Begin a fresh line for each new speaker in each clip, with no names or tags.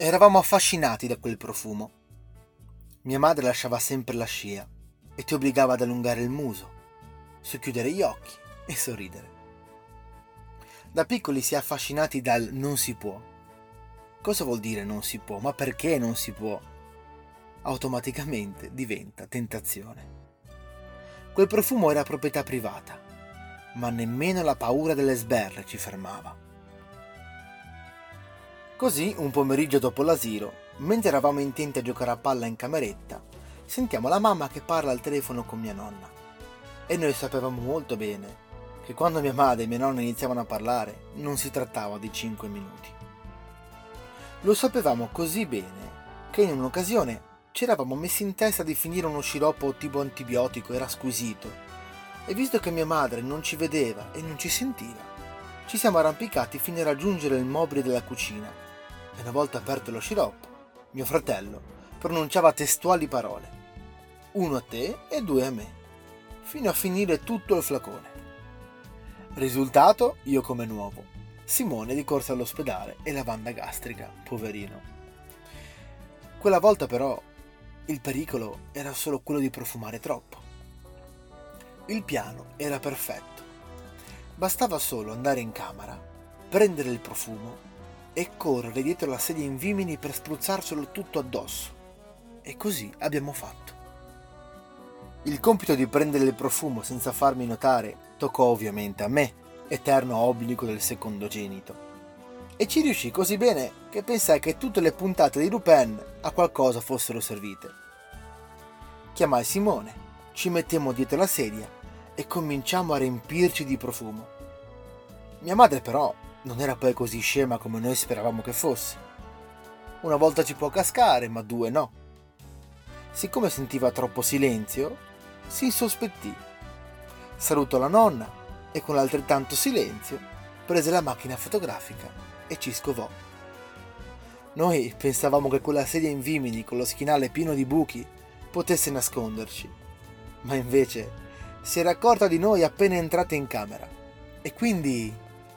Eravamo affascinati da quel profumo. Mia madre lasciava sempre la scia e ti obbligava ad allungare il muso, socchiudere gli occhi e sorridere. Da piccoli si è affascinati dal non si può. Cosa vuol dire non si può? Ma perché non si può? Automaticamente diventa tentazione. Quel profumo era proprietà privata, ma nemmeno la paura delle sberle ci fermava. Così, un pomeriggio dopo l'asilo, mentre eravamo intenti a giocare a palla in cameretta, sentiamo la mamma che parla al telefono con mia nonna. E noi sapevamo molto bene che quando mia madre e mia nonna iniziavano a parlare non si trattava di 5 minuti. Lo sapevamo così bene che in un'occasione ci eravamo messi in testa di finire uno sciroppo tipo antibiotico, era squisito, e visto che mia madre non ci vedeva e non ci sentiva, ci siamo arrampicati fino a raggiungere il mobile della cucina e una volta aperto lo sciroppo, mio fratello pronunciava testuali parole: 1 a te e 2 a me, fino a finire tutto il flacone. Risultato, io come nuovo, Simone di corsa all'ospedale e lavanda gastrica, poverino. Quella volta però il pericolo era solo quello di profumare troppo. Il piano era perfetto. Bastava solo andare in camera, prendere il profumo e correre dietro la sedia in vimini per spruzzarcelo tutto addosso. E così abbiamo fatto. Il compito di prendere il profumo senza farmi notare toccò ovviamente a me, eterno obbligo del secondogenito. E ci riuscì così bene che pensai che tutte le puntate di Lupin a qualcosa fossero servite. Chiamai Simone, ci mettemmo dietro la sedia e cominciamo a riempirci di profumo. Mia madre però non era poi così scema come noi speravamo che fosse. Una volta ci può cascare, ma 2 no. Siccome sentiva troppo silenzio, si insospettì. Salutò la nonna e con altrettanto silenzio prese la macchina fotografica e ci scovò. Noi pensavamo che quella sedia in vimini con lo schienale pieno di buchi potesse nasconderci, ma invece si era accorta di noi appena entrate in camera. E quindi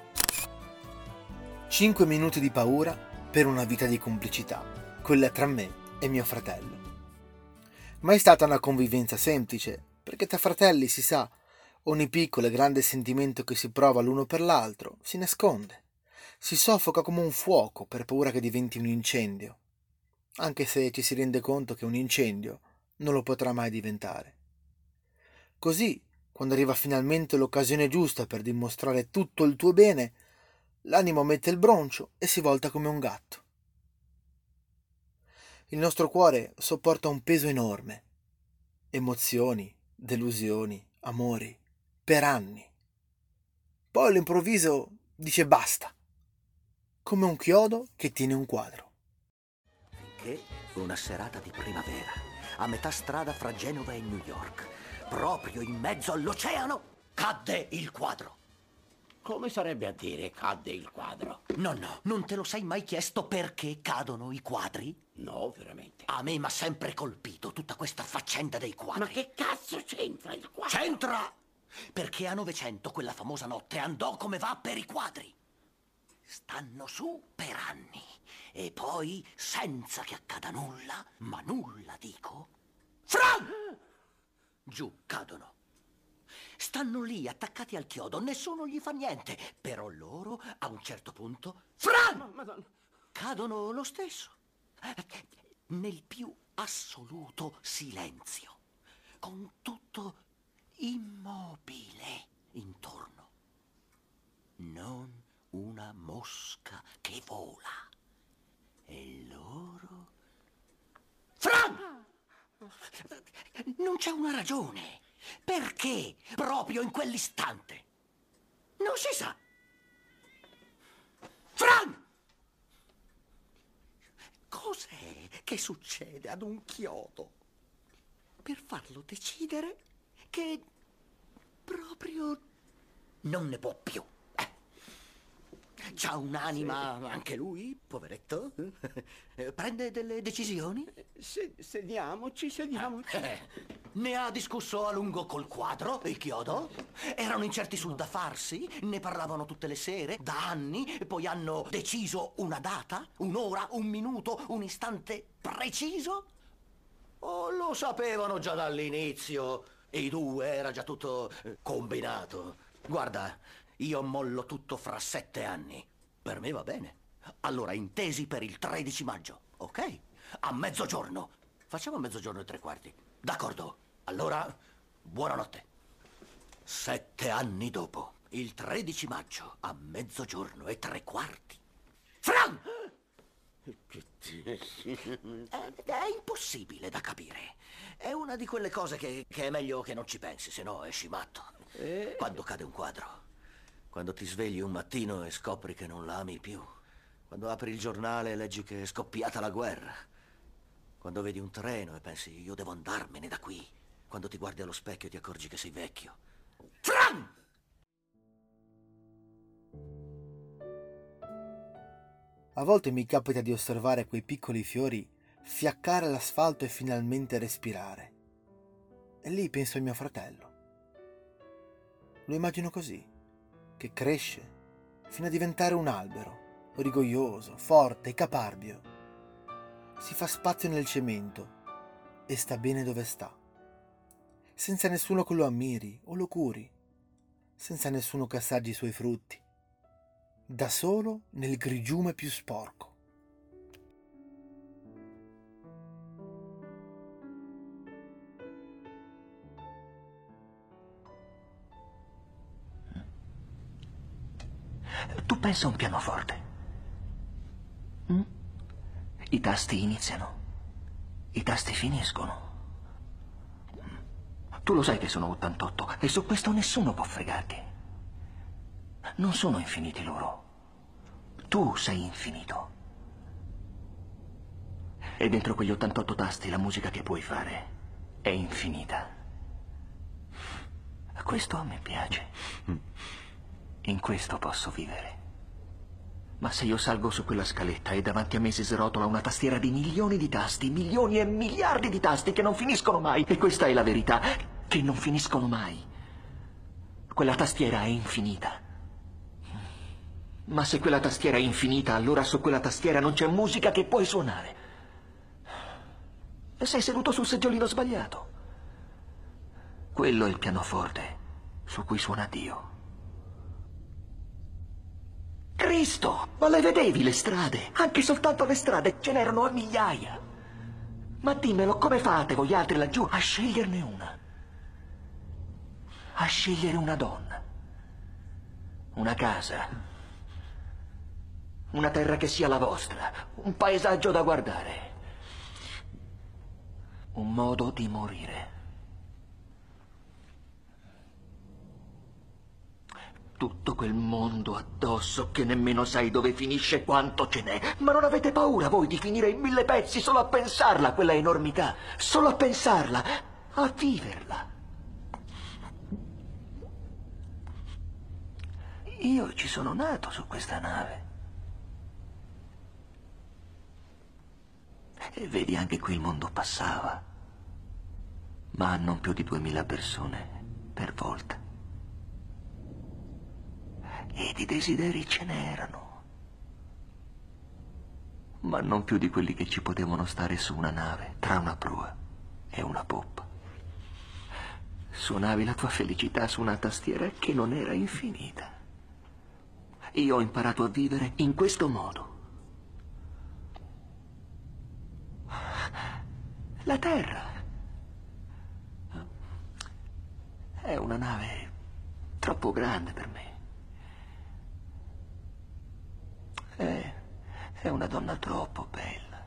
5 minuti di paura per una vita di complicità, quella tra me e mio fratello. Ma è stata una convivenza semplice, perché tra fratelli si sa, ogni piccolo e grande sentimento che si prova l'uno per l'altro si nasconde, si soffoca come un fuoco per paura che diventi un incendio, anche se ci si rende conto che un incendio non lo potrà mai diventare. Così, quando arriva finalmente l'occasione giusta per dimostrare tutto il tuo bene, l'animo mette il broncio e si volta come un gatto. Il nostro cuore sopporta un peso enorme, emozioni, delusioni, amori, per anni. Poi all'improvviso dice basta, come un chiodo che tiene un quadro.
Finché una serata di primavera, a metà strada fra Genova e New York, proprio in mezzo all'oceano, cadde il quadro.
Come sarebbe a dire cadde il quadro?
No, non te lo sei mai chiesto perché cadono i quadri?
No, veramente.
A me m'ha sempre colpito tutta questa faccenda dei quadri.
Ma che cazzo c'entra il quadro?
C'entra! Perché a Novecento quella famosa notte andò come va per i quadri. Stanno su per anni. E poi, senza che accada nulla, ma nulla dico, Fran! Giù cadono. Stanno lì attaccati al chiodo, nessuno gli fa niente. Però loro, a un certo punto, Fran!
Madonna.
Cadono lo stesso. Nel più assoluto silenzio. Con tutto immobile intorno. Non una mosca che vola. E loro... Fran! Non c'è una ragione. Perché proprio in quell'istante? Non si sa. Fran! Cos'è che succede ad un chiodo per farlo decidere che proprio non ne può più? C'ha un'anima anche lui, poveretto. Prende delle decisioni?
Sediamoci.
Ne ha discusso a lungo col quadro, il chiodo. Erano incerti sul da farsi, ne parlavano tutte le sere, da anni, e poi hanno deciso una data, un'ora, un minuto, un istante preciso. Oh, lo sapevano già dall'inizio. E i due era già tutto combinato. Guarda, io mollo tutto fra 7 anni. Per me va bene. Allora, intesi per il 13 maggio, ok? A mezzogiorno. Facciamo mezzogiorno e 3 quarti. D'accordo. Allora, buonanotte. 7 anni dopo, il 13 maggio, a mezzogiorno e 3 quarti. Fran! È impossibile da capire. È una di quelle cose che è meglio che non ci pensi, se no esci matto. Quando cade un quadro. Quando ti svegli un mattino e scopri che non la ami più. Quando apri il giornale e leggi che è scoppiata la guerra. Quando vedi un treno e pensi, io devo andarmene da qui. Quando ti guardi allo specchio e ti accorgi che sei vecchio. Fran!
A volte mi capita di osservare quei piccoli fiori fiaccare l'asfalto e finalmente respirare. E lì penso a mio fratello. Lo immagino così, che cresce fino a diventare un albero, rigoglioso, forte, caparbio. Si fa spazio nel cemento e sta bene dove sta, senza nessuno che lo ammiri o lo curi, senza nessuno che assaggi i suoi frutti, da solo nel grigiume più sporco.
Tu pensa a un pianoforte. Mm? I tasti iniziano, i tasti finiscono. Tu lo sai che sono 88 e su questo nessuno può fregarti. Non sono infiniti loro. Tu sei infinito. E dentro quegli 88 tasti la musica che puoi fare è infinita. Questo a me piace. In questo posso vivere. Ma se io salgo su quella scaletta e davanti a me si srotola una tastiera di milioni di tasti, milioni e miliardi di tasti che non finiscono mai, e questa è la verità, che non finiscono mai. Quella tastiera è infinita. Ma se quella tastiera è infinita, allora su quella tastiera non c'è musica che puoi suonare. E sei seduto sul seggiolino sbagliato. Quello è il pianoforte su cui suona Dio. Cristo! Ma le vedevi le strade? Anche soltanto le strade, ce n'erano a migliaia. Ma dimmelo, come fate voi altri laggiù a sceglierne una? A scegliere una donna. Una casa. Una terra che sia la vostra. Un paesaggio da guardare. Un modo di morire. Tutto quel mondo addosso che nemmeno sai dove finisce e quanto ce n'è. Ma non avete paura voi di finire in 1000 pezzi solo a pensarla, quella enormità? Solo a pensarla, a viverla. Io ci sono nato su questa nave. E vedi, anche qui il mondo passava. Ma non più di 2000 persone per volta. E di desideri ce n'erano, ma non più di quelli che ci potevano stare su una nave, tra una prua e una poppa. Suonavi la tua felicità su una tastiera che non era infinita. Io ho imparato a vivere in questo modo. La Terra è una nave troppo grande per me. È una donna troppo bella.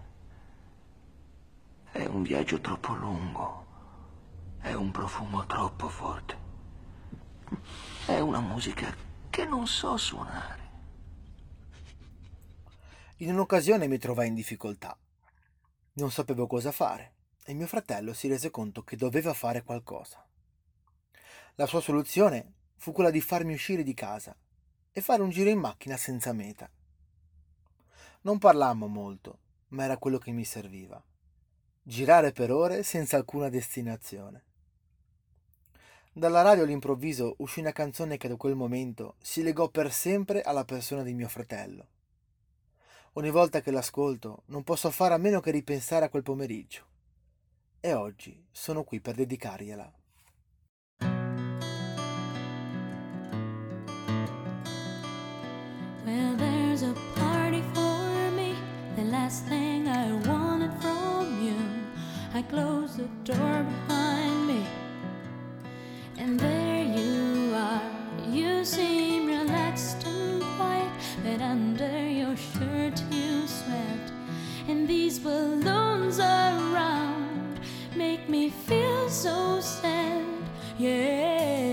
È un viaggio troppo lungo. È un profumo troppo forte. È una musica che non so suonare.
In un'occasione mi trovai in difficoltà. Non sapevo cosa fare e mio fratello si rese conto che doveva fare qualcosa. La sua soluzione fu quella di farmi uscire di casa e fare un giro in macchina senza meta. Non parlammo molto, ma era quello che mi serviva. Girare per ore senza alcuna destinazione. Dalla radio all'improvviso uscì una canzone che da quel momento si legò per sempre alla persona di mio fratello. Ogni volta che l'ascolto non posso fare a meno che ripensare a quel pomeriggio. E oggi sono qui per dedicargliela.
Well, there's a party for me, the last thing I wanted from you. I closed the door behind me, and there you are. You seem relaxed and quiet, but under your shirt you sweat. And these balloons around make me feel so sad, yeah.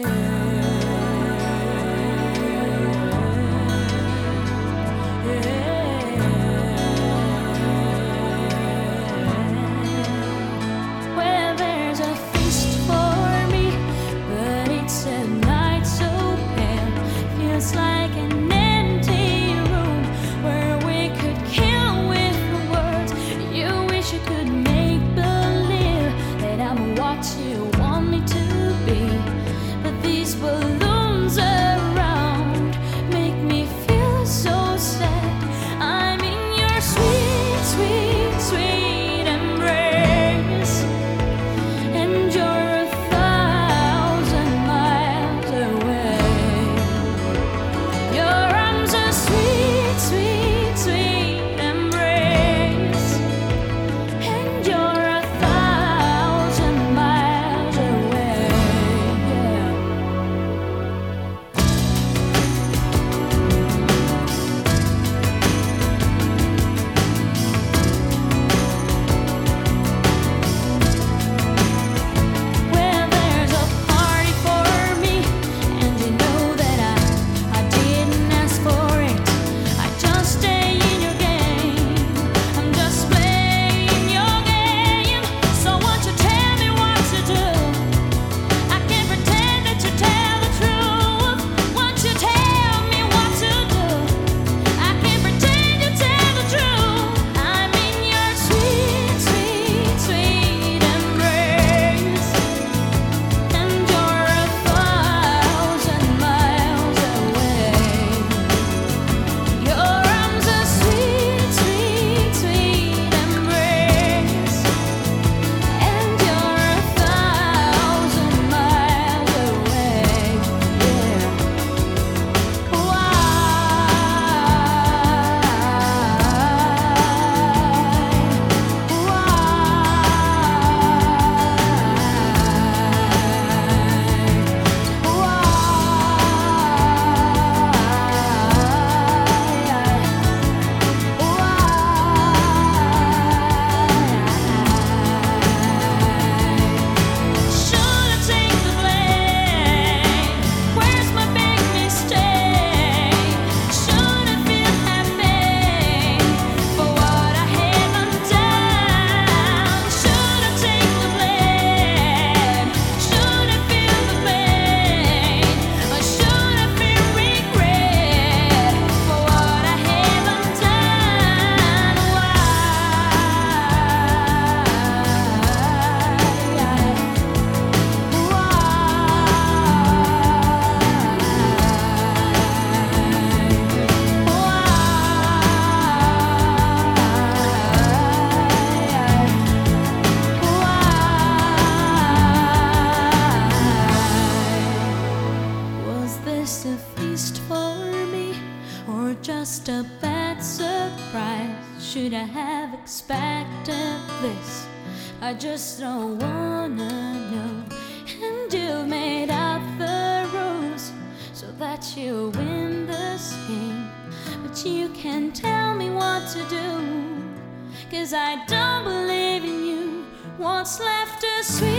just a bad surprise. Should I have expected this? I just don't wanna know. And you've made up the rules so that you win this game, but you can't tell me what to do, 'cause I don't believe in you. What's left is sweet.